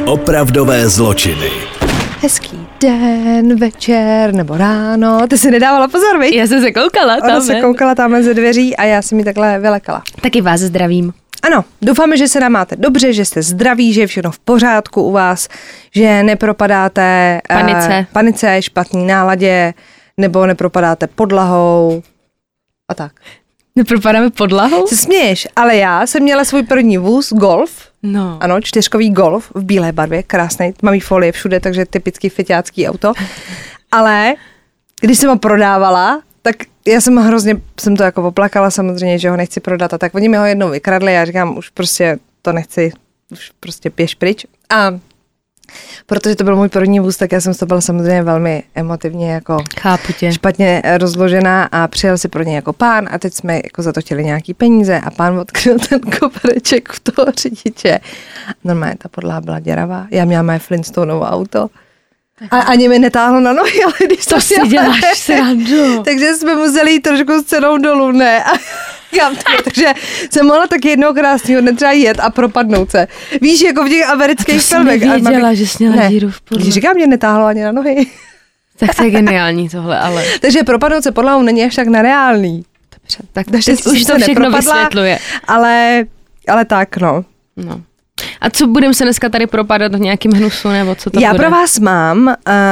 Opravdové zločiny. Hezký den, večer nebo ráno. Ty jsi nedávala pozor, viď? Já jsem se koukala tam. Ona se koukala tamhle ze dveří a já jsem ji takhle vylekala. Taky vás zdravím. Ano, doufáme, že se nám máte dobře, že jste zdraví, že je všechno v pořádku u vás, že nepropadáte panice, špatný náladě, nebo nepropadáte podlahou a tak. Nepropadáme podlahou? Se směješ, ale já jsem měla svůj první vůz, Golf. No. Ano, 4kový Golf v bílé barvě, krásný, tmavý folie všude, takže typický fiťácký auto. Ale když jsem ho prodávala, tak já jsem to jako oplakala samozřejmě, že ho nechci prodat a tak oni mi ho jednou vykradli a já říkám, už prostě to nechci, už prostě běž pryč. A protože to byl můj první vůz, tak já jsem to byla samozřejmě velmi emotivně jako špatně rozložená a přijel si pro ně jako pán a teď jsme jako za to chtěli nějaký peníze a pán odkryl ten kobereček v toho řidiče. Normálně ta podlaha byla děravá, já měla moje Flintstoneovo auto. A ani mi netáhlo na nohy, ale když to si děláš srandu. Takže jsme museli jít trošku s cenou dolů, ne? Takže jsem mohla taky jednou krásného dne třeba jet a propadnout se. Víš, jako v těch amerických filmech. A to jsem nevěděla, že jsi měla díru v podlahu. Když říkám, mě netáhlo ani na nohy. Tak to je geniální tohle, ale. Takže propadnout se podlahou není až tak nereálný. Dobře, tak už to všechno vysvětluje. Ale tak, no. A co budeme se dneska tady propadat v nějakým hnusu, nebo co to bude? Já pro vás mám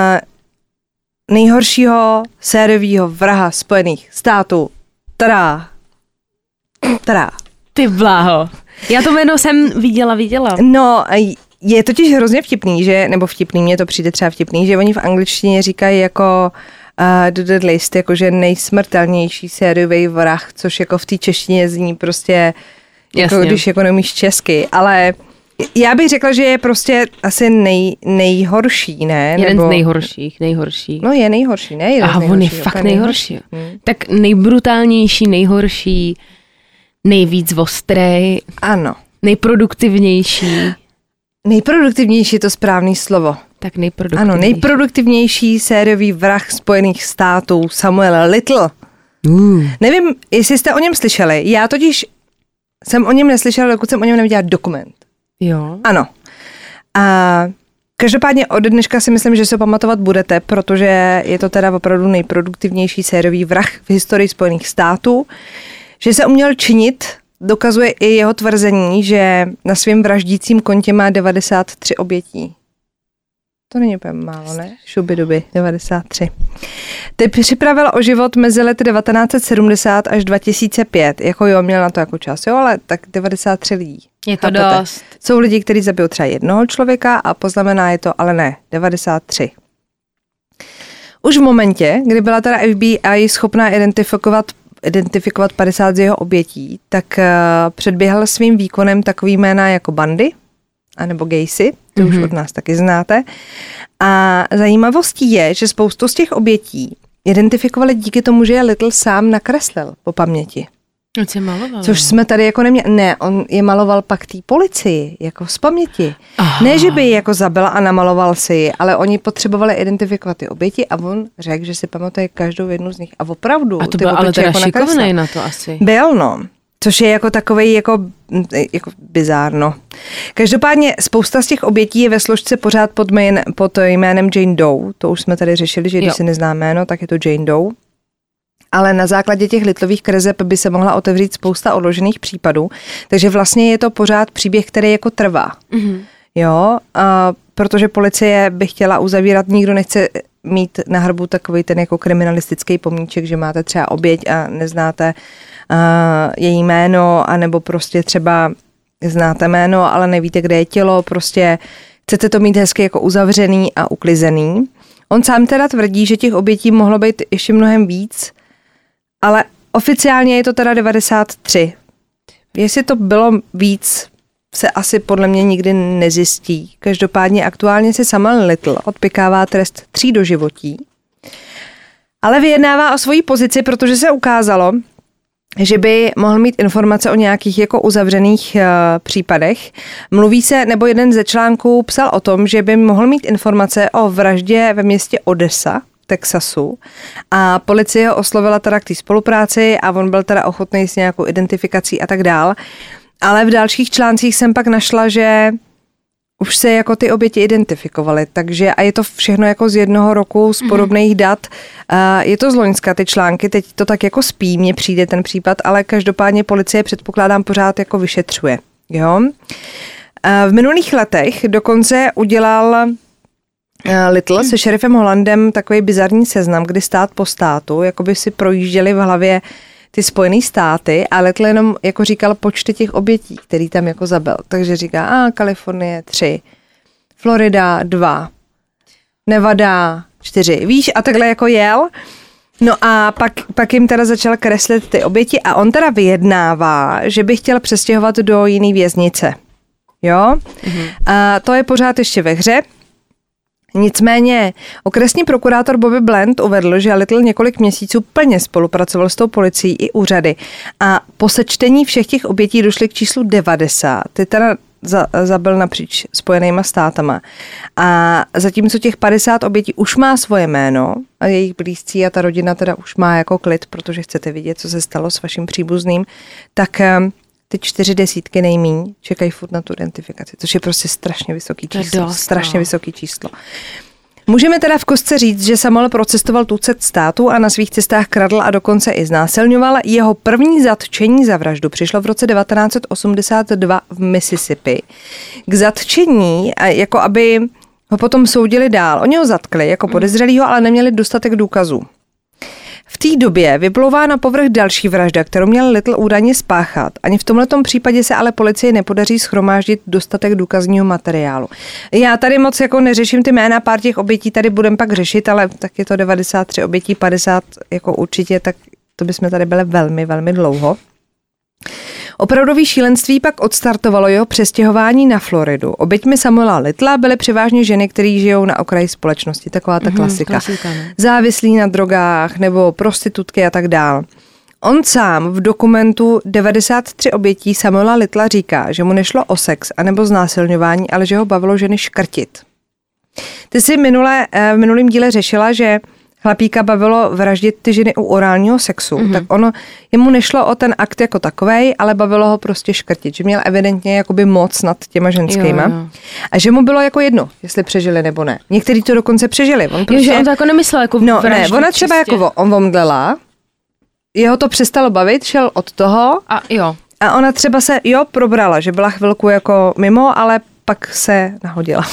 nejhoršího sériového vraha Spojených států. Tada. Ty bláho. Já to jméno jsem viděla. No, je totiž hrozně vtipný, že, nebo vtipný, mně to přijde třeba vtipný, že oni v angličtině říkají jako the deadliest, jakože nejsmrtelnější sériový vrah, což jako v té češtině zní prostě, jako když jako neumíš česky, ale já bych řekla, že je prostě asi nejhorší, ne? Jeden z nejhorších. No je nejhorší, ne? A on je fakt nejhorší. Tak nejbrutálnější, nejhorší, nejvíc ostrej. Ano. Nejproduktivnější. Nejproduktivnější je to správný slovo. Tak nejproduktivnější. Ano, nejproduktivnější sériový vrah Spojených států Samuel Little. Nevím, jestli jste o něm slyšeli. Já totiž jsem o něm neslyšela, dokud jsem o něm neviděla dokument. Jo. Ano. A každopádně od dneška si myslím, že se pamatovat budete, protože je to teda opravdu nejproduktivnější sériový vrah v historii Spojených států. Že se uměl činit, dokazuje i jeho tvrzení, že na svém vraždícím kontě má 93 obětí. To není úplně málo, ne? Šubiduby, 93. Ty připravil o život mezi lety 1970 až 2005. Jako jo, měl na to jako čas, jo, ale tak 93 lidí. Je to dost. Jsou lidi, kteří zabijou třeba jednoho člověka a poznamená je to, ale ne, 93. Už v momentě, kdy byla teda FBI schopná identifikovat 50 z jeho obětí, tak předběhl svým výkonem takový jména jako Bundy, anebo Gacy, to už od nás taky znáte. A zajímavostí je, že spoustu z těch obětí identifikovali díky tomu, že je Little sám nakreslil po paměti. On se maloval. Což jsme tady jako neměli. Ne, on je maloval pak té policii, jako z paměti. Aha. Ne, že by ji jako zabil a namaloval si ji, ale oni potřebovali identifikovat ty oběti a on řekl, že si pamatuje každou jednu z nich. A opravdu. A to byl ale teda jako šikovnej na to asi. Byl, no. Což je jako takovej jako bizárno. Každopádně spousta z těch obětí je ve složce pořád pod jménem Jane Doe. To už jsme tady řešili, že když si nezná jméno, tak je to Jane Doe. Ale na základě těch Littlových kreseb by se mohla otevřít spousta odložených případů. Takže vlastně je to pořád příběh, který jako trvá. Mm-hmm. Jo, protože policie by chtěla uzavírat, nikdo nechce mít na hrbu takový ten jako kriminalistický pomníček, že máte třeba oběť a neznáte její jméno, anebo prostě třeba znáte jméno, ale nevíte, kde je tělo, prostě chcete to mít hezky jako uzavřený a uklizený. On sám teda tvrdí, že těch obětí mohlo být ještě mnohem víc, ale oficiálně je to teda 93. Jestli to bylo víc, se asi podle mě nikdy nezjistí. Každopádně aktuálně si Samuel Little odpykává trest 3 doživotí, ale vyjednává o svojí pozici, protože se ukázalo, že by mohl mít informace o nějakých jako uzavřených případech. Mluví se, nebo jeden ze článků psal o tom, že by mohl mít informace o vraždě ve městě Odessa, Texasu, a policie ho oslovila teda k té spolupráci a on byl teda ochotný s nějakou identifikací a tak dál. Ale v dalších článcích jsem pak našla, že už se jako ty oběti identifikovaly, takže a je to všechno jako z jednoho roku, z podobných dat. Je to z loňska, ty články, teď to tak jako spí, mně přijde ten případ, ale každopádně policie předpokládám pořád jako vyšetřuje. Jo? V minulých letech dokonce udělal Little se šerifem Hollandem takový bizarní seznam, kdy stát po státu, jako by si projížděli v hlavě ty Spojené státy a Little jenom jako říkal počty těch obětí, který tam jako zabil. Takže říká, Kalifornie 3, Florida 2, Nevada 4, víš, a takhle jako jel. No a pak jim teda začal kreslit ty oběti a on teda vyjednává, že by chtěl přestěhovat do jiný věznice. Jo? A to je pořád ještě ve hře. Nicméně okresní prokurátor Bobby Bland uvedl, že Little několik měsíců plně spolupracoval s tou policií i úřady a po sečtení všech těch obětí došli k číslu 90. Ty teda zabil napříč Spojenýma státama. A zatímco těch 50 obětí už má svoje jméno a jejich blízcí a ta rodina teda už má jako klid, protože chcete vidět, co se stalo s vaším příbuzným, tak ty 40 nejmíň čekají furt na tu identifikaci, což je prostě strašně vysoký číslo. Strašně vysoký číslo. Můžeme teda v kostce říct, že Samuel procestoval tucet států a na svých cestách kradl a dokonce i znásilňoval. Jeho první zatčení za vraždu přišlo v roce 1982 v Mississippi. K zatčení, jako aby ho potom soudili dál. Oni ho zatkli jako podezřelýho, ale neměli dostatek důkazů. V té době vyplouvá na povrch další vražda, kterou měl Little údajně spáchat. Ani v tomhletom případě se ale policii nepodaří shromáždit dostatek důkazního materiálu. Já tady moc jako neřeším ty jména, pár těch obětí tady budem pak řešit, ale tak je to 93 obětí, 50 jako určitě, tak to bychom tady byli velmi, velmi dlouho. Opravdový šílenství pak odstartovalo jeho přestěhování na Floridu. Oběťmi Samuela Littla byly převážně ženy, které žijou na okraji společnosti, taková ta klasika. Závislí na drogách nebo prostitutky a tak dál. On sám v dokumentu 93 obětí Samuela Littla říká, že mu nešlo o sex anebo znásilňování, ale že ho bavilo ženy škrtit. Ty jsi v minulém díle řešila, že chlapíka bavilo vraždit ty ženy u orálního sexu, tak jemu nešlo o ten akt jako takovej, ale bavilo ho prostě škrtit, že měl evidentně jakoby moc nad těma ženskýma. Jo. A že mu bylo jako jedno, jestli přežili nebo ne. Někteří to dokonce přežili. On prostě, že on to jako nemyslel jako vraždu. Ne, ona třeba čistě. Jako omdlela, jeho to přestalo bavit, šel od toho a ona třeba se, probrala, že byla chvilku jako mimo, ale pak se nahodila.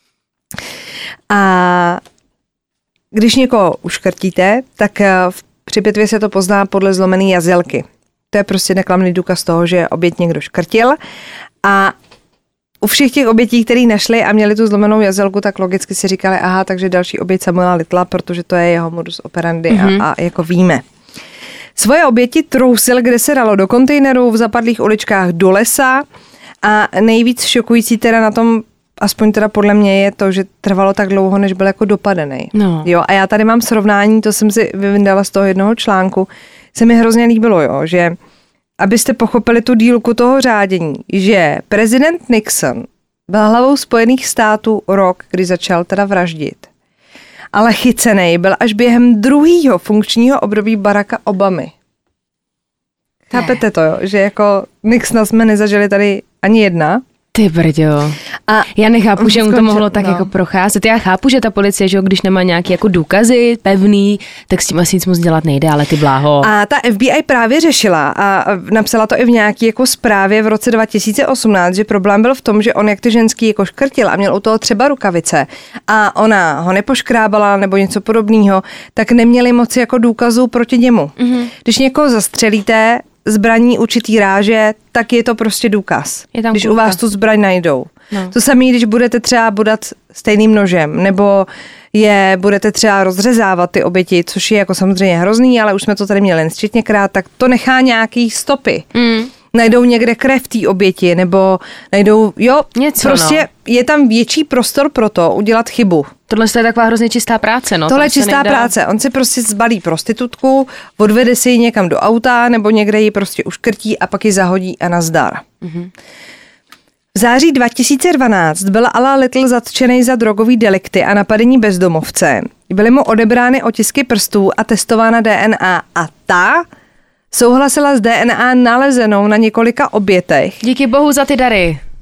A když někoho uškrtíte, tak při pitvě se to pozná podle zlomený jazylky. To je prostě neklamný důkaz toho, že oběť někdo škrtil. A u všech těch obětí, který našli a měli tu zlomenou jazylku, tak logicky si říkali, takže další oběť Samuela Littla, protože to je jeho modus operandi a jako víme. Svoje oběti trousil, kde se dalo, do kontejnerů, v zapadlých uličkách, do lesa a nejvíc šokující teda na tom, aspoň teda podle mě je to, že trvalo tak dlouho, než byl jako dopadený. No. Jo, a já tady mám srovnání, to jsem si vyvindala z toho jednoho článku, se mi hrozně líbilo, že abyste pochopili tu dílku toho řádění, že prezident Nixon byl hlavou Spojených států rok, kdy začal teda vraždit. Ale chycenej byl až během druhého funkčního období Baracka Obamy. Chápete to, že jako Nixona jsme nezažili tady ani jedna. Ty brďo. A já nechápu, že mu to mohlo tak jako procházet. Já chápu, že ta policie, že když nemá nějaký jako důkazy pevný, tak s tím asi nic moc dělat nejde, ale ty bláho. A ta FBI právě řešila a napsala to i v nějaký jako zprávě v roce 2018, že problém byl v tom, že on jak ty ženský jako škrtil a měl u toho třeba rukavice a ona ho nepoškrábala nebo něco podobného, tak neměli moc jako důkazů proti němu. Když někoho zastřelíte zbraní určitý ráže, tak je to prostě důkaz. Když u vás tu zbraň najdou. No. To samé, když budete třeba bodat stejným nožem, nebo je budete třeba rozřezávat ty oběti, což je jako samozřejmě hrozný, ale už jsme to tady měli nesčetněkrát, tak to nechá nějaký stopy. Najdou někde krev té oběti, nebo najdou, něco, prostě je tam větší prostor pro to udělat chybu. Tohle je taková hrozně čistá práce, no. Tohle je čistá práce. On si prostě zbalí prostitutku, odvede si ji někam do auta, nebo někde ji prostě uškrtí a pak ji zahodí a nazdar. V září 2012 byl Ala Little zatčený za drogový delikty a napadení bezdomovce. Byly mu odebrány otisky prstů a testována DNA a ta souhlasila s DNA nalezenou na několika obětech. Díky bohu za ty dary.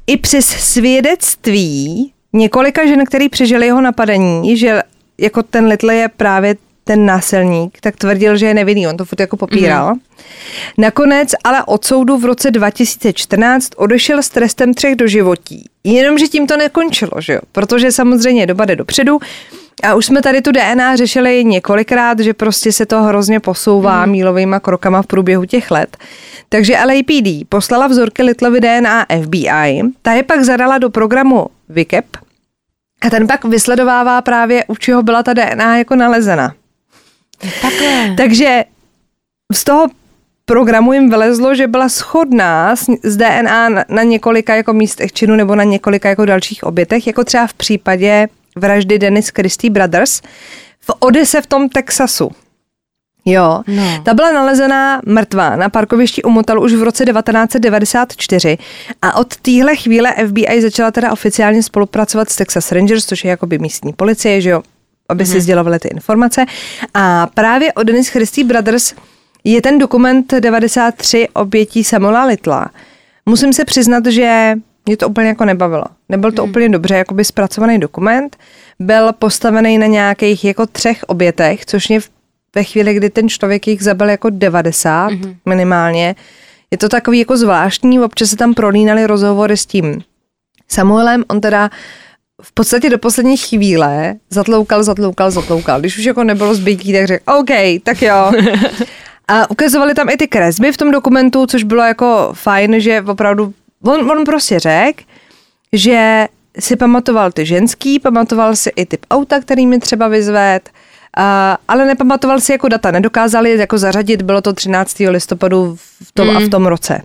i přes svědectví několika žen, který přežili jeho napadení, že jako ten Little je právě ten násilník, tak tvrdil, že je nevinný, on to furt jako popíral. Nakonec ale od soudu v roce 2014 odešel s trestem 3 doživotí. Jenomže tím to nekončilo, že jo? Protože samozřejmě doba jde dopředu a už jsme tady tu DNA řešili několikrát, že prostě se to hrozně posouvá mílovýma krokama v průběhu těch let. Takže LAPD poslala vzorky Littlovy DNA FBI, ta je pak zadala do programu VICAP a ten pak vysledovává právě, u čeho byla ta DNA jako nalezena. Takhle. Takže z toho programu jim vylezlo, že byla shodná s DNA na několika jako místech činu nebo na několika jako dalších obětech, jako třeba v případě vraždy Dennis Christie Brothers v Odese v tom Texasu. Jo, ta byla nalezená mrtvá na parkovišti u motelu už v roce 1994 a od téhle chvíle FBI začala teda oficiálně spolupracovat s Texas Rangers, což je jakoby místní policie, že jo, aby si sdělovali ty informace. A právě o Dennis Christie Brothers je ten dokument 93 obětí Samuela Littla. Musím se přiznat, že mě to úplně jako nebavilo. Nebyl to úplně dobře jakoby zpracovaný dokument. Byl postavený na nějakých jako 3 obětech, což mě ve chvíli, kdy ten člověk jich zabil jako 90 minimálně. Je to takový jako zvláštní, občas se tam prolínaly rozhovory s tím Samuelem. On teda v podstatě do poslední chvíle zatloukal. Když už jako nebylo zbytí, tak řekl OK, tak jo. A ukazovali tam i ty kresby v tom dokumentu, což bylo jako fajn, že opravdu on prostě řekl, že si pamatoval ty ženský, pamatoval si i typ auta, který mi třeba vyzvedl, ale nepamatoval si jako data, nedokázali jako zařadit, bylo to 13. listopadu v tom roce.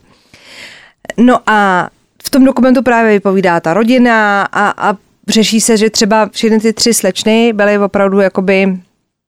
No a v tom dokumentu právě vypovídá ta rodina a řeší se, že třeba všechny ty 3 slečny byly opravdu jakoby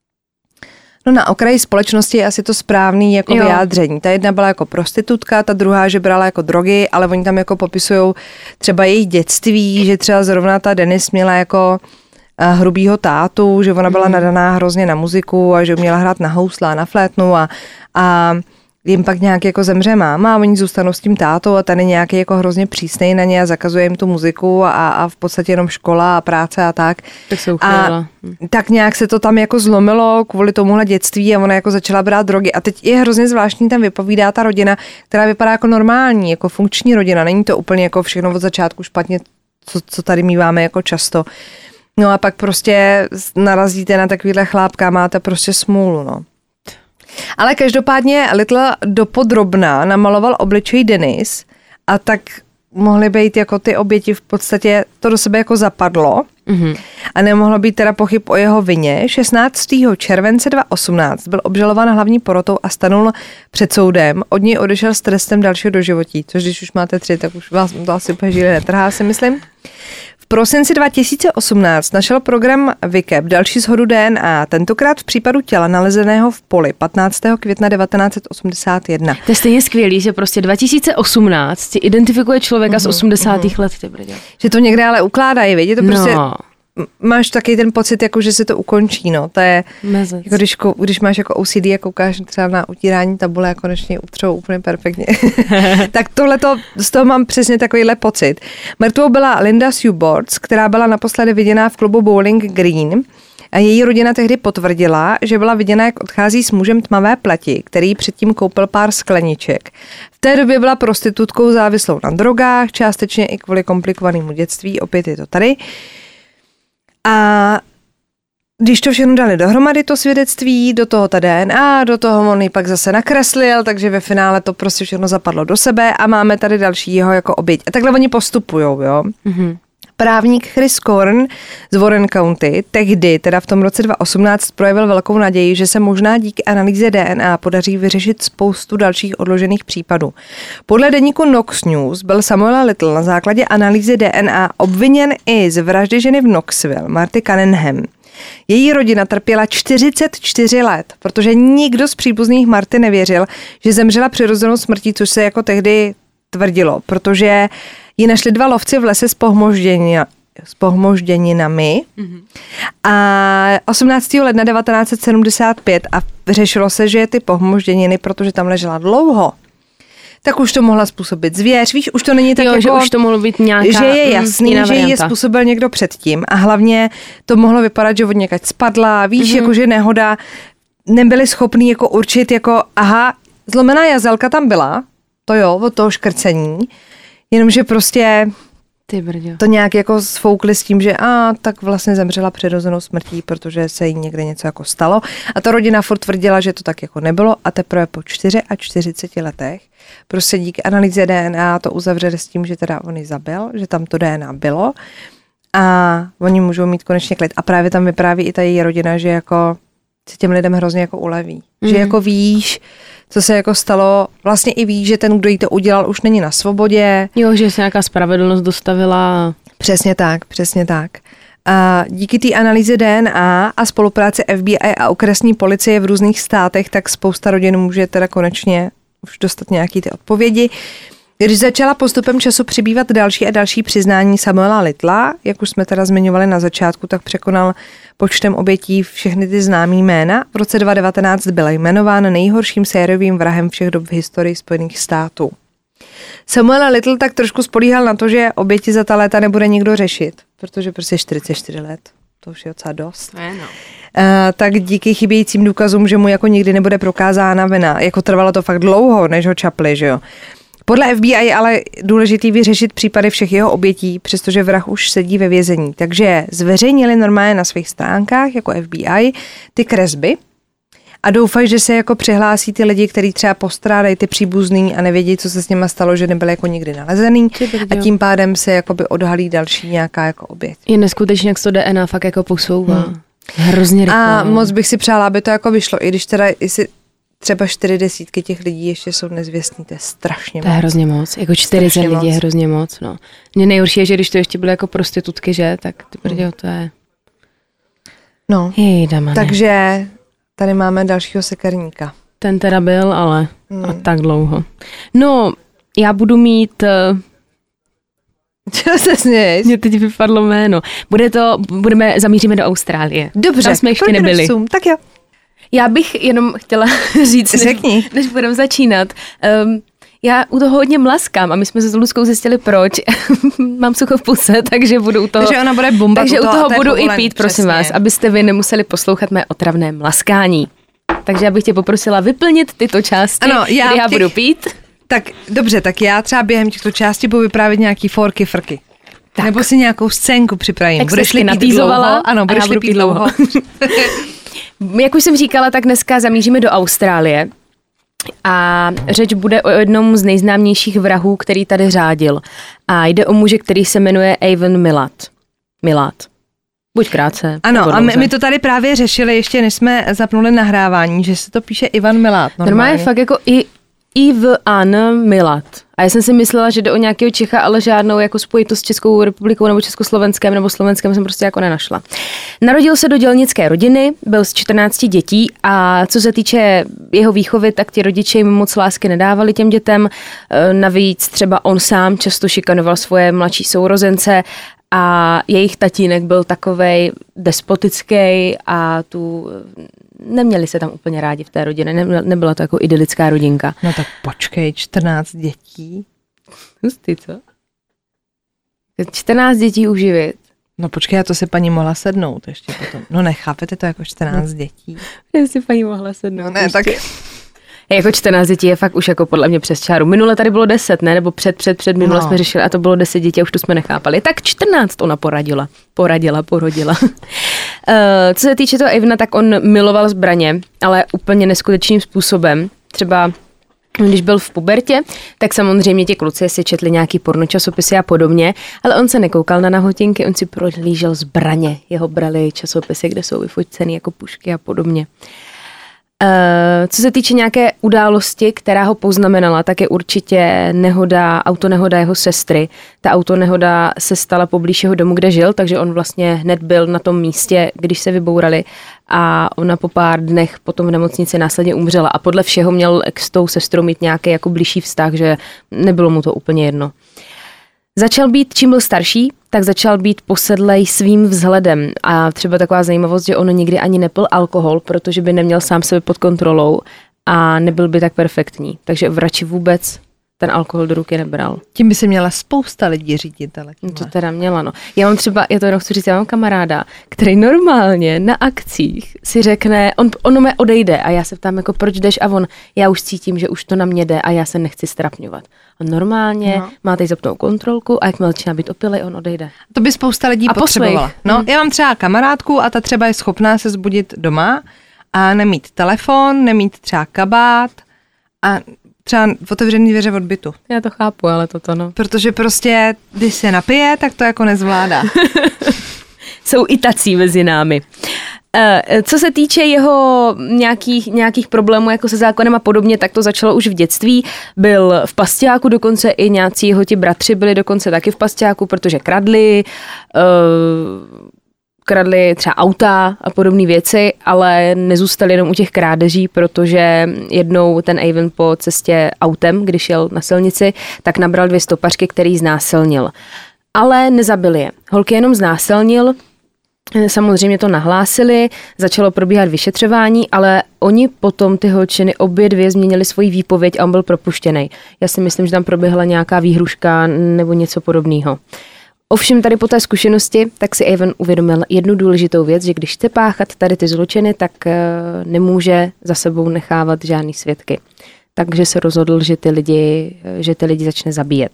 na okraji společnosti je asi to správný jako vyjádření. Ta jedna byla jako prostitutka, ta druhá, že brala jako drogy, ale oni tam jako popisujou třeba jejich dětství, že třeba zrovna ta Dennis měla jako hrubýho tátu, že ona byla nadaná hrozně na muziku a že měla hrát na housle a na flétnu a jim pak nějak jako zemře máma a oni zůstanou s tím tátou a ten je nějaký jako hrozně přísnej na ně a zakazuje jim tu muziku a v podstatě jenom škola a práce a tak. Tak se uchylila. Tak nějak se to tam jako zlomilo kvůli tomuhle dětství a ona jako začala brát drogy. A teď je hrozně zvláštní, tam vypovídá ta rodina, která vypadá jako normální, jako funkční rodina. Není to úplně jako všechno od začátku špatně, co tady míváme jako často. No a pak prostě narazíte na takovýhle chlápka, máte prostě smůlu, no. Ale každopádně Little dopodrobna namaloval obličej Dennis a tak mohly být jako ty oběti v podstatě, to do sebe jako zapadlo a nemohlo být teda pochyb o jeho vině. 16. července 2018 byl obžalován hlavní porotou a stanul před soudem. Od něj odešel s trestem dalšího doživotí, což když už máte 3, tak už vás to asi úplně žíly netrhá, si myslím. V prosinci 2018 našel program VICAP další shodu DNA, tentokrát v případu těla nalezeného v poli 15. května 1981. To je stejně skvělý, že prostě 2018 identifikuje člověka z 80. let. Že to někde ale ukládají, víš? Je to prostě... Máš taky ten pocit, jako, že se to ukončí, no. To je, jako když máš jako OCD a koukáš třeba na utírání tabule a konečně utřou úplně perfektně. Tak tohleto, z toho mám přesně takovýhle pocit. Mrtvou byla Linda Sue Bortz, která byla naposledy viděná v klubu Bowling Green a její rodina tehdy potvrdila, že byla viděna, jak odchází s mužem tmavé pleti, který předtím koupil pár skleniček. V té době byla prostitutkou závislou na drogách, částečně i kvůli komplikovanému dětství, opět je to tady. A když to všechno dali dohromady, to svědectví, do toho ta DNA, do toho on ji pak zase nakreslil, takže ve finále to prostě všechno zapadlo do sebe a máme tady dalšího jako oběť. A takhle oni postupujou, jo. Právník Chris Korn z Warren County tehdy, teda v tom roce 2018, projevil velkou naději, že se možná díky analýze DNA podaří vyřešit spoustu dalších odložených případů. Podle deníku Knox News byl Samuel Little na základě analýzy DNA obviněn i z vraždy ženy v Knoxville, Marty Cunningham. Její rodina trpěla 44 let, protože nikdo z příbuzných Marty nevěřil, že zemřela přirozenou smrtí, což se jako tehdy tvrdilo, protože ji našli 2 lovci v lese s pohmožděninami a 18. ledna 1975 a řešilo se, že je ty pohmožděniny, protože tam ležela dlouho, tak už to mohla způsobit zvěř. Víš, už to není tak jako, že už to mohlo být nějaká že je jasný, že je způsobil někdo předtím a hlavně to mohlo vypadat, že od někaď spadla, víš, jako že nehoda, nebyli schopní jako určit jako, aha, zlomená jazelka tam byla, to jo, od toho škrcení, jenomže prostě to nějak jako sfoukli s tím, že tak vlastně zemřela přirozenou smrtí, protože se jí někde něco jako stalo. A ta rodina furt tvrdila, že to tak jako nebylo a teprve po 44 letech prostě díky analýze DNA to uzavřeli s tím, že teda on ji zabil, že tam to DNA bylo a oni můžou mít konečně klid. A právě tam vypráví i ta její rodina, že jako se těm lidem hrozně jako uleví. Že jako víš, co se jako stalo, vlastně i víš, že ten, kdo jí to udělal, už není na svobodě. Jo, že se nějaká spravedlnost dostavila. Přesně tak, přesně tak. A díky té analýze DNA a spolupráci FBI a okresní policie v různých státech, tak spousta rodin může teda konečně už dostat nějaký ty odpovědi. Když začala postupem času přibývat další a další přiznání Samuela Littla, jak už jsme teda zmiňovali na začátku, tak překonal počtem obětí všechny ty známý jména. V roce 2019 byl jmenován nejhorším sériovým vrahem všech dob v historii Spojených států. Samuel Little tak trošku spolíhal na to, že oběti za ta léta nebude nikdo řešit, protože prostě 44 let, to už je docela dost. Tak díky chybějícím důkazům, že mu jako nikdy nebude prokázána vina, jako trvalo to fakt dlouho, než ho čapli, že jo. Podle FBI je ale důležitý vyřešit případy všech jeho obětí, přestože vrah už sedí ve vězení. Takže zveřejnili normálně na svých stránkách jako FBI ty kresby a doufají, že se jako přihlásí ty lidi, kteří třeba postrádají ty příbuzný a nevědí, co se s nima stalo, že nebyly jako nikdy nalezený a tím pádem se jakoby odhalí další nějaká jako oběť. Je neskutečně, jak se to DNA fakt jako posouvá. Hrozně rychle. A moc bych si přála, aby to jako vyšlo, i když teda jestli třeba 40 těch lidí ještě jsou nezvěstní, to je strašně moc. To je hrozně moc, jako 40 lidí je hrozně moc, no. Mně nejhorší je, že když to ještě byly jako prostitutky, že, tak ty brděl, to je... No, takže tady máme dalšího sekerníka. Ten teda byl, ale a tak dlouho. No, já budu mít... Co se směješ? Mně teď vypadlo jméno. Zamíříme do Austrálie. Dobře, tam jsme ještě nebyli. Tak jo. Já bych jenom chtěla říct, než budeme začínat. Já u toho hodně mlaskám a my jsme se s Luckou zjistili proč. Mám sucho v puse, takže budu u toho... Takže ona bude bomba. Takže u toho budu i pít, prosím vás, abyste vy nemuseli poslouchat mé otravné mlaskání. Takže já bych tě poprosila vyplnit tyto části, kdy já budu pít. Tak dobře, tak já třeba během těchto částí budu vyprávět nějaký forky, frky. Tak. Nebo si nějakou scénku připravím. Budeš-li pít dlouho? Ano, budeš-li pít dlouho. Jak už jsem říkala, tak dneska zamíříme do Austrálie a řeč bude o jednom z nejznámějších vrahů, který tady řádil. A jde o muže, který se jmenuje Evan Milat. Buď krátce. Ano, a my to tady právě řešili, ještě než jsme zapnuli nahrávání, že se to píše Ivan Milat. Normálně fakt jako Ivan Milat. A já jsem si myslela, že jde o nějakého Čecha, ale žádnou jako spojitost s Českou republikou nebo Československem nebo Slovenskem jsem prostě jako nenašla. Narodil se do dělnické rodiny, byl z 14 dětí a co se týče jeho výchovy, tak ti rodiče jim moc lásky nedávali těm dětem. Navíc třeba on sám často šikanoval svoje mladší sourozence a jejich tatínek byl takovej despotický a neměli se tam úplně rádi v té rodině, nebyla to jako idylická rodinka. No tak počkej, 14 dětí? Hustý, co? 14 dětí uživit. No počkej, a to se paní mohla sednout ještě potom. No nechápete to jako 14 dětí? Já si paní mohla sednout. No ne, tak... Jako 14 dětí je fakt už jako podle mě přes čáru. Minule tady bylo 10, ne? Nebo před minule jsme řešili a to bylo 10 dětí a už to jsme nechápali. Tak 14 ona porodila. Co se týče toho Evana, tak on miloval zbraně, ale úplně neskutečným způsobem. Třeba když byl v pubertě, tak samozřejmě ti kluci si četli nějaký pornočasopisy a podobně, ale on se nekoukal na nahotinky, on si prohlížel zbraně. Jeho brali časopisy, kde jsou vyfocený jako pušky a podobně. Co se týče nějaké události, která ho poznamenala, tak je určitě autonehoda jeho sestry. Ta autonehoda se stala poblíž jeho domu, kde žil, takže on vlastně hned byl na tom místě, když se vybourali a ona po pár dnech potom v nemocnici následně umřela a podle všeho měl s tou sestrou mít nějaký jako blížší vztah, že nebylo mu to úplně jedno. Čím byl starší, tak začal být posedlej svým vzhledem a třeba taková zajímavost, že on nikdy ani nepil alkohol, protože by neměl sám sebe pod kontrolou a nebyl by tak perfektní. Takže vrači vůbec ten alkohol do ruky nebral. Tím by si měla spousta lidí řídit, ale to teda měla, no. Já mám třeba, já to jenom chci říct, já mám kamaráda, který normálně na akcích si řekne, on mě odejde a já se ptám, jako proč jdeš a on, já už cítím, že už to na mě jde a já se nechci strapňovat. A normálně má tady zapnou kontrolku a jak začíná být opilej, on odejde. To by spousta lidí potřebovala. No, já mám třeba kamarádku a ta třeba je schopná se zbudit doma a nemít telefon, nemít třeba kabát a třeba otevřený dveře od bytu. Já to chápu, ale toto no. Protože prostě, když se napije, tak to jako nezvládá. Jsou i tací mezi námi. Co se týče jeho nějakých problémů jako se zákonem a podobně, tak to začalo už v dětství. Byl v pasťáku, dokonce i nějací jeho ti bratři byli dokonce taky v pasťáku, protože kradli třeba auta a podobné věci, ale nezůstali jenom u těch krádeží, protože jednou ten Avon po cestě autem, když jel na silnici, tak nabral 2 stopařky, který znásilnil. Ale nezabili je. Holky jenom znásilnil, samozřejmě to nahlásili, začalo probíhat vyšetřování, ale oni potom ty holčiny obě 2 změnili svoji výpověď a on byl propuštěný. Já si myslím, že tam proběhla nějaká výhruška nebo něco podobného. Ovšem tady po té zkušenosti, tak si Avon uvědomil jednu důležitou věc, že když chce páchat tady ty zločiny, tak nemůže za sebou nechávat žádný svědky. Takže se rozhodl, že ty lidi začne zabíjet.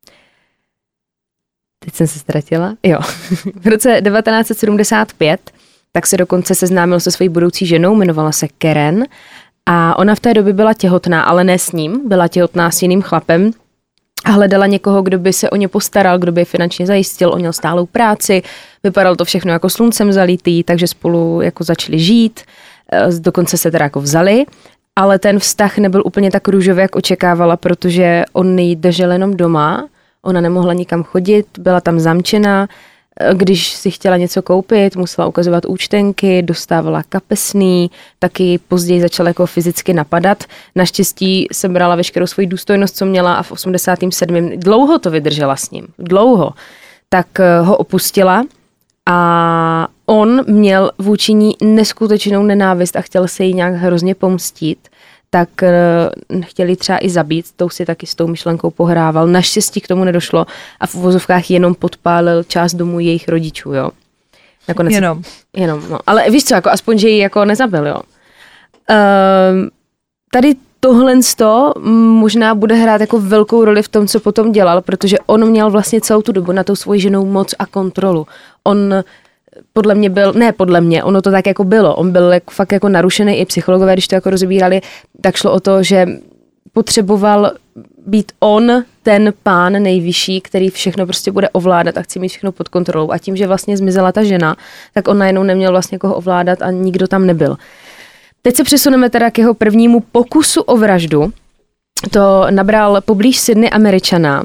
Teď jsem se ztratila. Jo. V roce 1975 tak se dokonce seznámil se svojí budoucí ženou, jmenovala se Karen a ona v té době byla těhotná, ale ne s ním, byla těhotná s jiným chlapem a hledala někoho, kdo by se o ně postaral, kdo by je finančně zajistil, on měl stálou práci, vypadalo to všechno jako sluncem zalitý, takže spolu jako začali žít, dokonce se teda jako vzali, ale ten vztah nebyl úplně tak růžový, jak očekávala, protože on ji držel jenom doma, ona nemohla nikam chodit, byla tam zamčená, když si chtěla něco koupit, musela ukazovat účtenky, dostávala kapesný, taky později začala jako fyzicky napadat. Naštěstí jsem brala veškerou svoji důstojnost, co měla a v 87. dlouho to vydržela s ním, dlouho, tak ho opustila a on měl vůči ní neskutečnou nenávist a chtěl se jí nějak hrozně pomstít. Tak chtěli třeba i zabít, tou si taky s tou myšlenkou pohrával. Naštěstí k tomu nedošlo a v uvozovkách jenom podpálil část domů jejich rodičů, jo. Nakonec, jenom, no. Ale víš co, jako aspoň, že ji jako nezabil, jo. Tady tohle možná bude hrát jako velkou roli v tom, co potom dělal, protože on měl vlastně celou tu dobu na tou svoji ženou moc a kontrolu. On podle mě, ono to tak jako bylo. On byl fakt jako narušený, i psychologové, když to jako rozebírali, tak šlo o to, že potřeboval být on ten pán nejvyšší, který všechno prostě bude ovládat a chce mít všechno pod kontrolou. A tím, že vlastně zmizela ta žena, tak on najednou neměl vlastně koho ovládat a nikdo tam nebyl. Teď se přesuneme teda k jeho prvnímu pokusu o vraždu. To nabral poblíž Sydney Američana.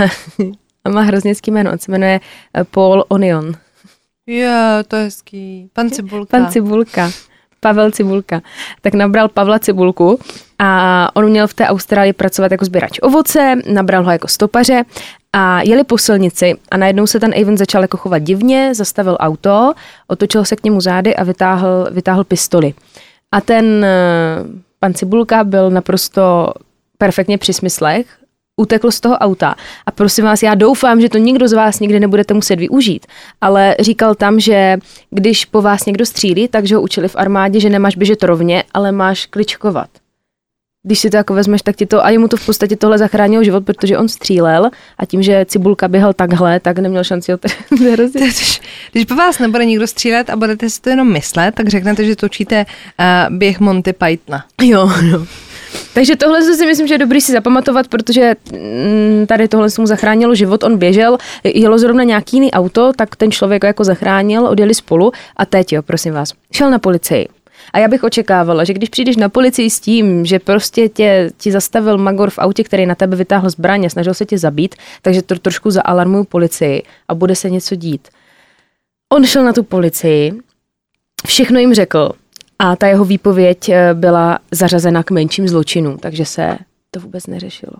A má hrozněcký jméno, on se jmenuje Paul Onion. Jo, to je hezký. Pan Cibulka. Pavel Cibulka. Tak nabral Pavla Cibulku a on měl v té Austrálii pracovat jako sběrač ovoce, nabral ho jako stopaře a jeli po silnici a najednou se ten Avon začal jako chovat divně, zastavil auto, otočil se k němu zády a vytáhl pistoli. A ten pan Cibulka byl naprosto perfektně při smyslech, utekl z toho auta a prosím vás, já doufám, že to nikdo z vás nikdy nebudete muset využít, ale říkal tam, že když po vás někdo střílí, takže ho učili v armádě, že nemáš běžet rovně, ale máš kličkovat. Když si to jako vezmeš, tak ti to, a jemu to v podstatě tohle zachránilo život, protože on střílel a tím, že Cibulka běhal takhle, tak neměl šanci ho Když po vás nebude nikdo střílet a budete si to jenom myslet, tak řeknete, že točíte běh Monty Pythona. Jo, no. Takže tohle si myslím, že je dobrý si zapamatovat, protože tady tohle mu zachránilo život, on běžel, jelo zrovna nějaký jiný auto, tak ten člověk ho jako zachránil, odjeli spolu a teď jo, prosím vás, šel na policii. A já bych očekávala, že když přijdeš na policii s tím, že prostě ti zastavil magor v autě, který na tebe vytáhl zbraň a snažil se tě zabít, takže to trošku zaalarmuju policii a bude se něco dít. On šel na tu policii, všechno jim řekl a ta jeho výpověď byla zařazena k menším zločinům, takže se to vůbec neřešilo.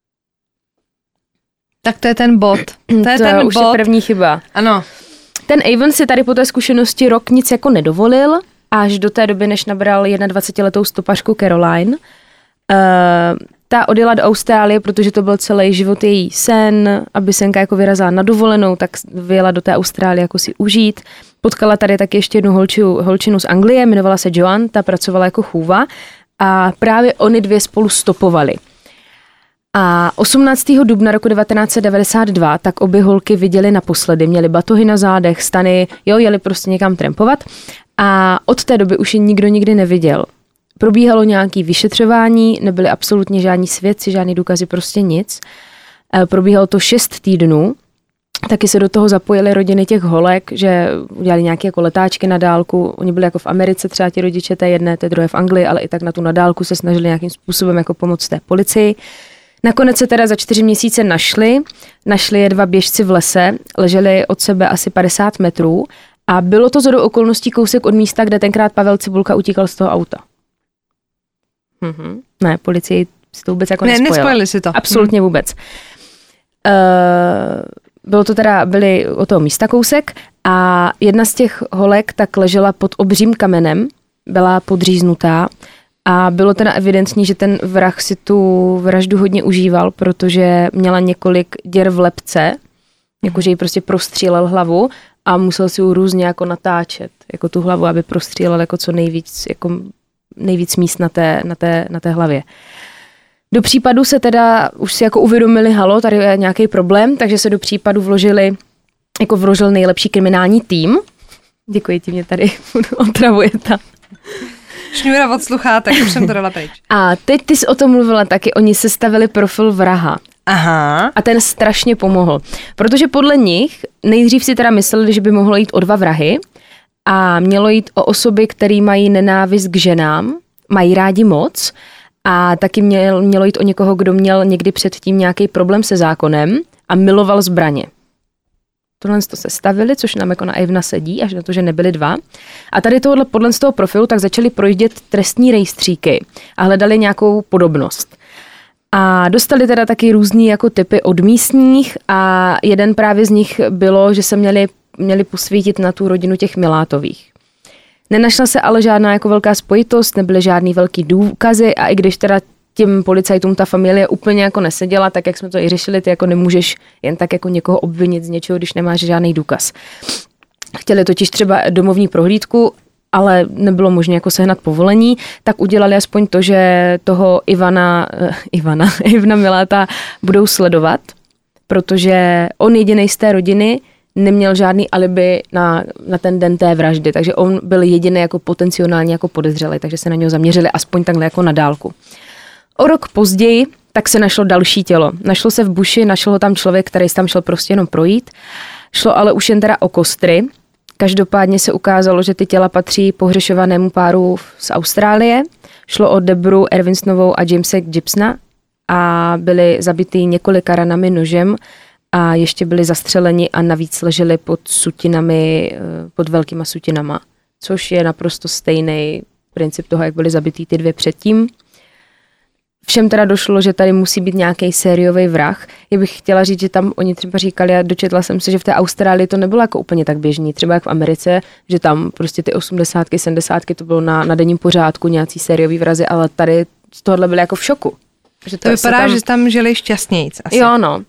Tak to je ten bod. To je ten už bod. Je první chyba. Ano. Ten Avon si tady po té zkušenosti rok nic jako nedovolil, až do té doby, než nabral 21letou stopařku Caroline. Ta odjela do Austrálie, protože to byl celý život její sen, aby senka jako vyrazila na dovolenou, tak vyjela do té Austrálie jako si užít. Potkala tady taky ještě jednu holčinu z Anglie, jmenovala se Joan, ta pracovala jako chůva a právě oni dvě spolu stopovali. A 18. dubna roku 1992 tak obě holky viděly naposledy, měly batohy na zádech, stany, jeli prostě někam trampovat a od té doby už je nikdo nikdy neviděl. Probíhalo nějaké vyšetřování, nebyly absolutně žádní svědci, žádný důkazy, prostě nic. Probíhalo to 6 týdnů, taky se do toho zapojily rodiny těch holek, že udělali nějaké jako letáčky na dálku. Oni byli jako v Americe, třeba ti rodiče té jedné, té druhé v Anglii, ale i tak na tu nadálku se snažili nějakým způsobem jako pomoct té policii. Nakonec se teda za 4 měsíce našli je 2 běžci v lese, leželi od sebe asi 50 metrů a bylo to shodou okolností kousek od místa, kde tenkrát Pavel Cibulka utíkal z toho auta. Ne, policii si to vůbec jako nespojila. Nespojili si to. Absolutně vůbec. Byli od toho místa kousek a jedna z těch holek tak ležela pod obřím kamenem, byla podříznutá a bylo teda evidentní, že ten vrah si tu vraždu hodně užíval, protože měla několik děr v lebce, jakože jí prostě prostřílel hlavu a musel si ji různě jako natáčet, jako tu hlavu, aby prostřílel jako co nejvíc míst na té hlavě. Do případu se teda už si jako uvědomili, tady je nějaký problém, takže se do případu vložil nejlepší kriminální tým. Děkuji ti, mě tady otravuje ta šňůra od sluchátek, už jsem to dala pryč. A teď ty jsi o tom mluvila taky, oni sestavili profil vraha. Aha. A ten strašně pomohl, protože podle nich nejdřív si teda mysleli, že by mohlo jít o 2 vrahy a mělo jít o osoby, které mají nenávist k ženám, mají rádi moc a taky mělo jít o někoho, kdo měl někdy předtím nějaký problém se zákonem a miloval zbraně. Tohle to sestavili, což nám jako na Ivna sedí, až na to, že nebyli 2. A tady podle z toho profilu tak začali projíždět trestní rejstříky a hledali nějakou podobnost. A dostali teda taky různý jako typy od místních a jeden právě z nich bylo, že se měli posvítit na tu rodinu těch Milátových. Nenašla se ale žádná jako velká spojitost, nebyly žádný velký důkazy a i když teda těm policajtům ta familie úplně jako neseděla, tak jak jsme to i řešili, ty jako nemůžeš jen tak jako někoho obvinit z něčeho, když nemáš žádný důkaz. Chtěli totiž třeba domovní prohlídku, ale nebylo možné jako sehnat povolení, tak udělali aspoň to, že toho Ivna Miláta budou sledovat, protože on jedinej z té rodiny neměl žádný alibi na ten den té vraždy, takže on byl jediný jako potenciálně jako podezřelý, takže se na něho zaměřili aspoň takhle jako na dálku. O rok později tak se našlo další tělo. Našlo se v buši, našel ho tam člověk, který tam šel prostě jenom projít. Šlo ale už jen teda o kostry. Každopádně se ukázalo, že ty těla patří pohřešovanému páru z Austrálie. Šlo o Debru Ervinsonovou a Jamese Gibsona a byli zabitý několika ranami nožem a ještě byli zastřeleni a navíc leželi pod sutinami, pod velkýma sutinama, což je naprosto stejný princip toho, jak byli zabitý ty 2 předtím. Všem teda došlo, že tady musí být nějaký sériový vrah. Já bych chtěla říct, že tam oni třeba říkali, a dočetla jsem se, že v té Austrálii to nebylo jako úplně tak běžný, třeba jak v Americe, že tam prostě ty 80, 70 to bylo na denním pořádku, nějací sériový vrazy, ale tady z tohohle byli jako v šoku. Že to vypadá, že tam žili šťastnějc asi. Jo, no.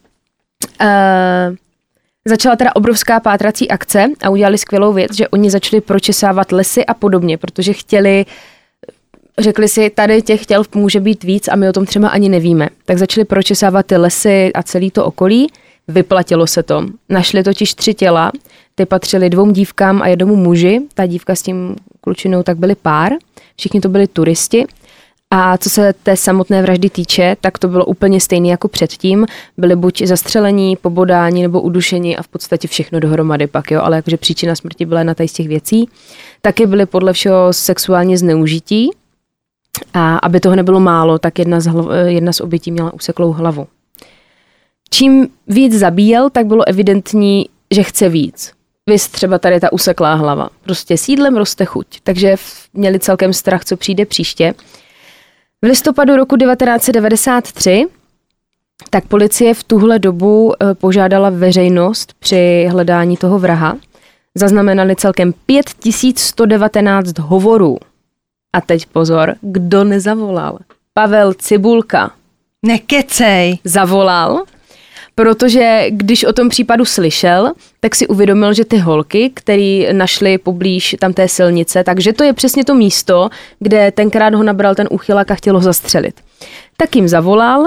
Začala teda obrovská pátrací akce a udělali skvělou věc, že oni začali pročesávat lesy a podobně, protože řekli si, tady těch těl může být víc a my o tom třeba ani nevíme. Tak začali pročesávat ty lesy a celý to okolí. Vyplatilo se to. Našli totiž 3 těla. Ty patřily 2 dívkám a 1 muži. Ta dívka s tím klučinou tak byli pár. Všichni to byli turisti. A co se té samotné vraždy týče, tak to bylo úplně stejné jako předtím. Byli buď zastřelení, pobodání nebo udušení a v podstatě všechno dohromady pak, jo. Ale jakože příčina smrti byla na z těch věcí. Taky byly podle všeho sexuálně zneužití. A aby toho nebylo málo, tak jedna z obětí měla useklou hlavu. Čím víc zabíjel, tak bylo evidentní, že chce víc. Viz třeba tady ta useklá hlava. Prostě s jídlem roste chuť. Takže měli celkem strach, co přijde příště. V listopadu roku 1993 tak policie v tuhle dobu požádala veřejnost při hledání toho vraha. Zaznamenali celkem 5119 hovorů. A teď pozor, kdo nezavolal? Pavel Cibulka. Nekecej. Zavolal, protože když o tom případu slyšel, tak si uvědomil, že ty holky, které našly poblíž tam té silnice, takže to je přesně to místo, kde tenkrát ho nabral ten úchylák a chtěl ho zastřelit. Tak jim zavolal,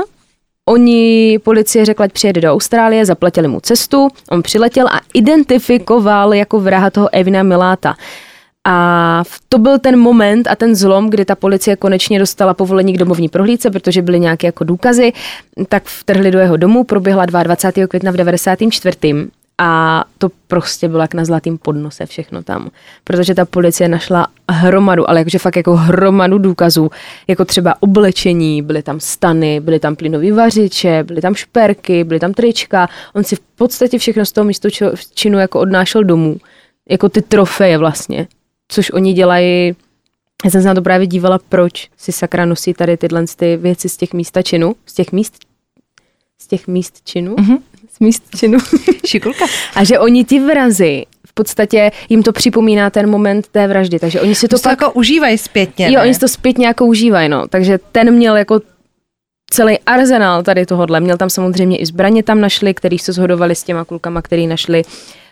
policie řekla, ať přijede do Austrálie, zaplatili mu cestu, on přiletěl a identifikoval jako vraha toho Evina Millata. A to byl ten moment a ten zlom, kdy ta policie konečně dostala povolení k domovní prohlídce, protože byly nějaké jako důkazy, tak vtrhli do jeho domu, proběhla 22. května v 94. A to prostě bylo jak na zlatým podnose všechno tam, protože ta policie našla hromadu, ale jakože fakt jako hromadu důkazů, jako třeba oblečení, byly tam stany, byly tam plynový vařiče, byly tam šperky, byly tam trička, on si v podstatě všechno z toho místočinu jako odnášel domů, jako ty trofeje vlastně, což oni dělají. Já jsem se na to právě dívala, proč si sakra nosí tady tyhle ty věci z těch místa činu, z těch míst činu. Z míst činu. Šikulka. A že oni ti vrazi, v podstatě jim to připomíná ten moment té vraždy, takže oni si to pak jako užívají zpětně. Jo, oni si to zpětně jako užívají, no. Takže ten měl jako celý arzenál tady tohodle. Měl tam samozřejmě i zbraně tam našli, který se shodovali s těma kulkama, který našli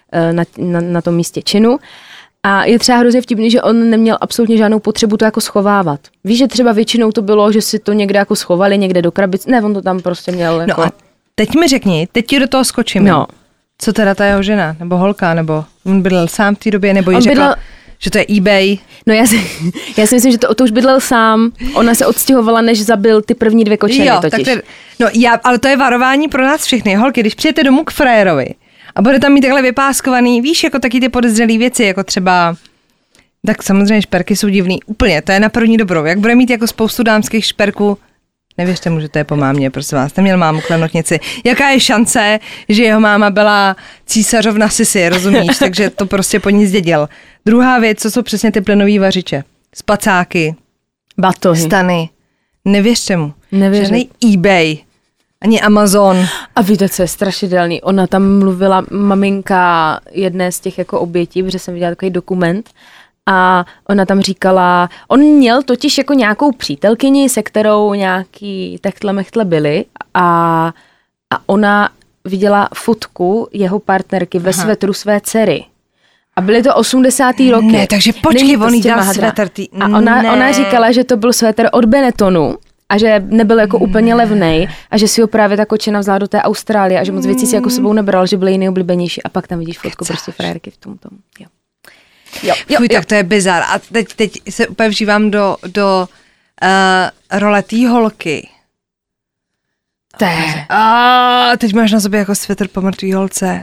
na tom místě činu. A je třeba hrozně vtipný, že on neměl absolutně žádnou potřebu to jako schovávat. Víš, že třeba většinou to bylo, že si to někde jako schovali, někde do krabic. Ne, on to tam prostě měl jako... No a teď mi řekni, teď ti do toho skočím. No. Co teda ta jeho žena, nebo holka, nebo on bydlel sám v té době, nebo jí řekla, že to je eBay? No já si myslím, že to už bydlel sám. Ona se odstěhovala, než zabil ty první 2 kočeny totiž. Ale to je varování pro nás všechny. Holky, když přijete domů k frajerovi a bude tam mít takhle vypáskovaný, víš, jako taky ty podezřelý věci, jako třeba, tak samozřejmě šperky jsou divný, úplně, to je na první dobrou. Jak bude mít jako spoustu dámských šperků, nevěřte mu, že to je po mámě, prosím vás, neměl mámu klenotnici. Jaká je šance, že jeho máma byla císařovna Sisi, rozumíš, takže to prostě po ní zdědil. Druhá věc, co jsou přesně ty plynový vařiče, spacáky, batohy, stany, nevěřte mu. Žádný eBay, ani Amazon. A víte, co je strašidelný? Ona tam mluvila, maminka jedné z těch jako obětí, protože jsem viděla takový dokument, a ona tam říkala, on měl totiž jako nějakou přítelkyni, se kterou nějaký techtle-mechtle byli a ona viděla fotku jeho partnerky ve svetru své dcery. A byly to 80. roky. Ne, takže počkej, on jí dal svetr. A ona říkala, že to byl svetr od Benettonu a že nebyl jako úplně levnej a že si ho právě ta kočena vzala do té Austrálie a že moc věcí si jako sebou nebral, že byly nejoblíbenější. A pak tam vidíš fotku prostě frajerky v tom. Jo. Jo. Tak to je bizar. A teď se úplně vžívám do role té holky. Teď máš na sobě jako svetr po mrtvý holce.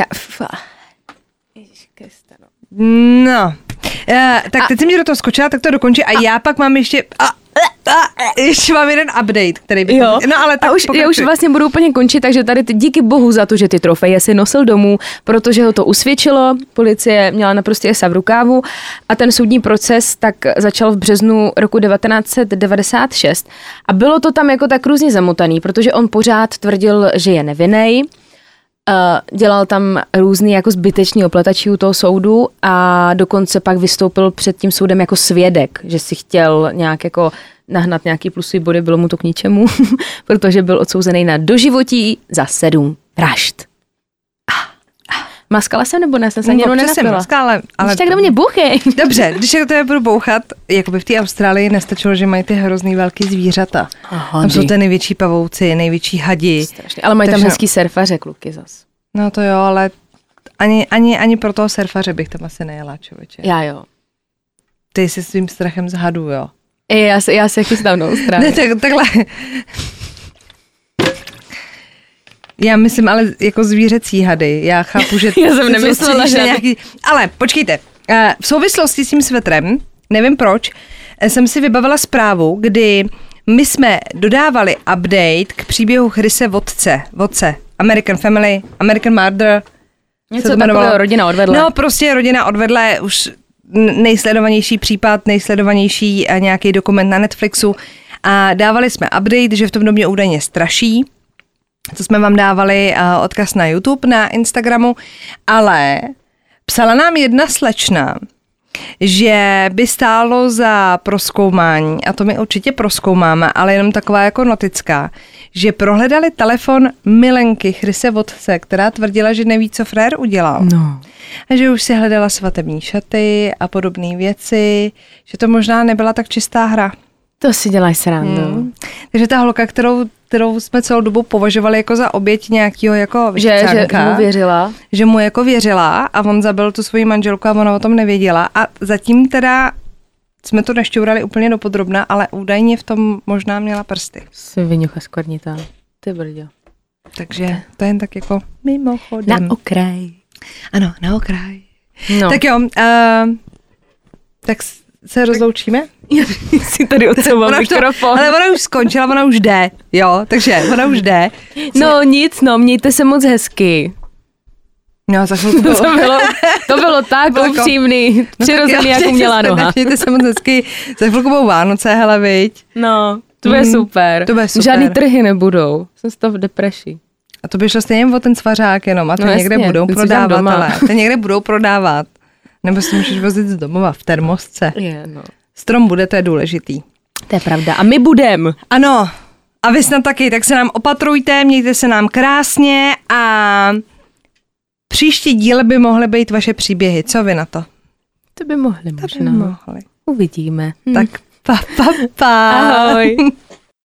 No. Tak teď jsem ti do toho skočila, tak to dokončí a já pak mám ještě... Ještě mám jeden update, který bych... Jo. No, ale tak já už vlastně budu úplně končit, takže tady díky bohu za to, že ty trofeje si nosil domů, protože ho to usvědčilo, policie měla naprosto esa v rukávu a ten soudní proces tak začal v březnu roku 1996 a bylo to tam jako tak různě zamotaný, protože on pořád tvrdil, že je nevinnej, dělal tam různý jako zbytečný opletačí u toho soudu a dokonce pak vystoupil před tím soudem jako svědek, že si chtěl nějak jako nahnat nějaký plusový body, bylo mu to k ničemu, protože byl odsouzený na doživotí za 7 vražd. Maskala jsem nebo ne? Jsem se ani nenapila. Ale tak do mě bouchej. Dobře, když já do tebe budu bouchat, jako by v té Austrálii nestačilo, že mají ty hrozný velký zvířata. Tam jsou ty největší pavouci, největší hadi. Strašně. Ale mají tam hezký surfaře, kluky zas. No to jo, ale ani pro toho surfaře bych tam asi nejela, člověče. Já jo. Ty jsi svým strachem z hadů, jo. Já se chystám na Austrálii. Ne, takhle. Já myslím, ale jako zvířecí hady. Já chápu, že... Já jsem nemyslela, že... Nějaký... Ale počkejte, v souvislosti s tím svetrem, nevím proč, jsem si vybavila zprávu, kdy my jsme dodávali update k příběhu Chrise Vodce. American Family, American Murder. Něco takového, rodina odvedle. No prostě rodina odvedle, už nejsledovanější případ, nejsledovanější nějaký dokument na Netflixu. A dávali jsme update, že v tom domě údajně straší. To jsme vám dávali odkaz na YouTube, na Instagramu, ale psala nám jedna slečna, že by stálo za prozkoumání, a to my určitě prozkoumáme, ale jenom taková jako notická, že prohledali telefon milenky Chrise Vodce, která tvrdila, že neví, co frér udělal. No. A že už si hledala svatební šaty a podobné věci, že to možná nebyla tak čistá hra. To si děláš srandu. Takže ta holka, kterou jsme celou dobu považovali jako za oběť nějakého jako že mu věřila. Že mu jako věřila a on zabil tu svoji manželku a ona o tom nevěděla. A zatím teda jsme to nešťourali úplně dopodrobna, ale údajně v tom možná měla prsty. Jsi vyňucha skvrnitá. Ty brďo. Takže to je jen tak jako mimochodem. Na okraj. Ano, na okraj. No. Tak jo, tak se rozloučíme? Si tady odsouval mikrofon. Ale ona už skončila, ona už jde, jo, takže ona už jde. No nic, no, mějte se moc hezky. No, za chvilku to bylo tak upřímný, přirozený, jak umělá noha. Mějte se moc hezky, za chvilku budou Vánoce, hele, viď? No, to bude super. To bude super. Žádný trhy nebudou, jsem z toho v depreši. A to by šlo stejně o ten svařák jenom, a to někde jasně, budou prodávat, ale to někde budou prodávat. Nebo si můžeš vozit z domova v termosce. No. Strom bude, to je důležitý. To je pravda. A my budem. Ano. A vy snad taky, tak se nám opatrujte, mějte se nám krásně a příští díl by mohly být vaše příběhy. Co vy na to? To by mohli možná. By mohli. Uvidíme. Tak pa. Ahoj.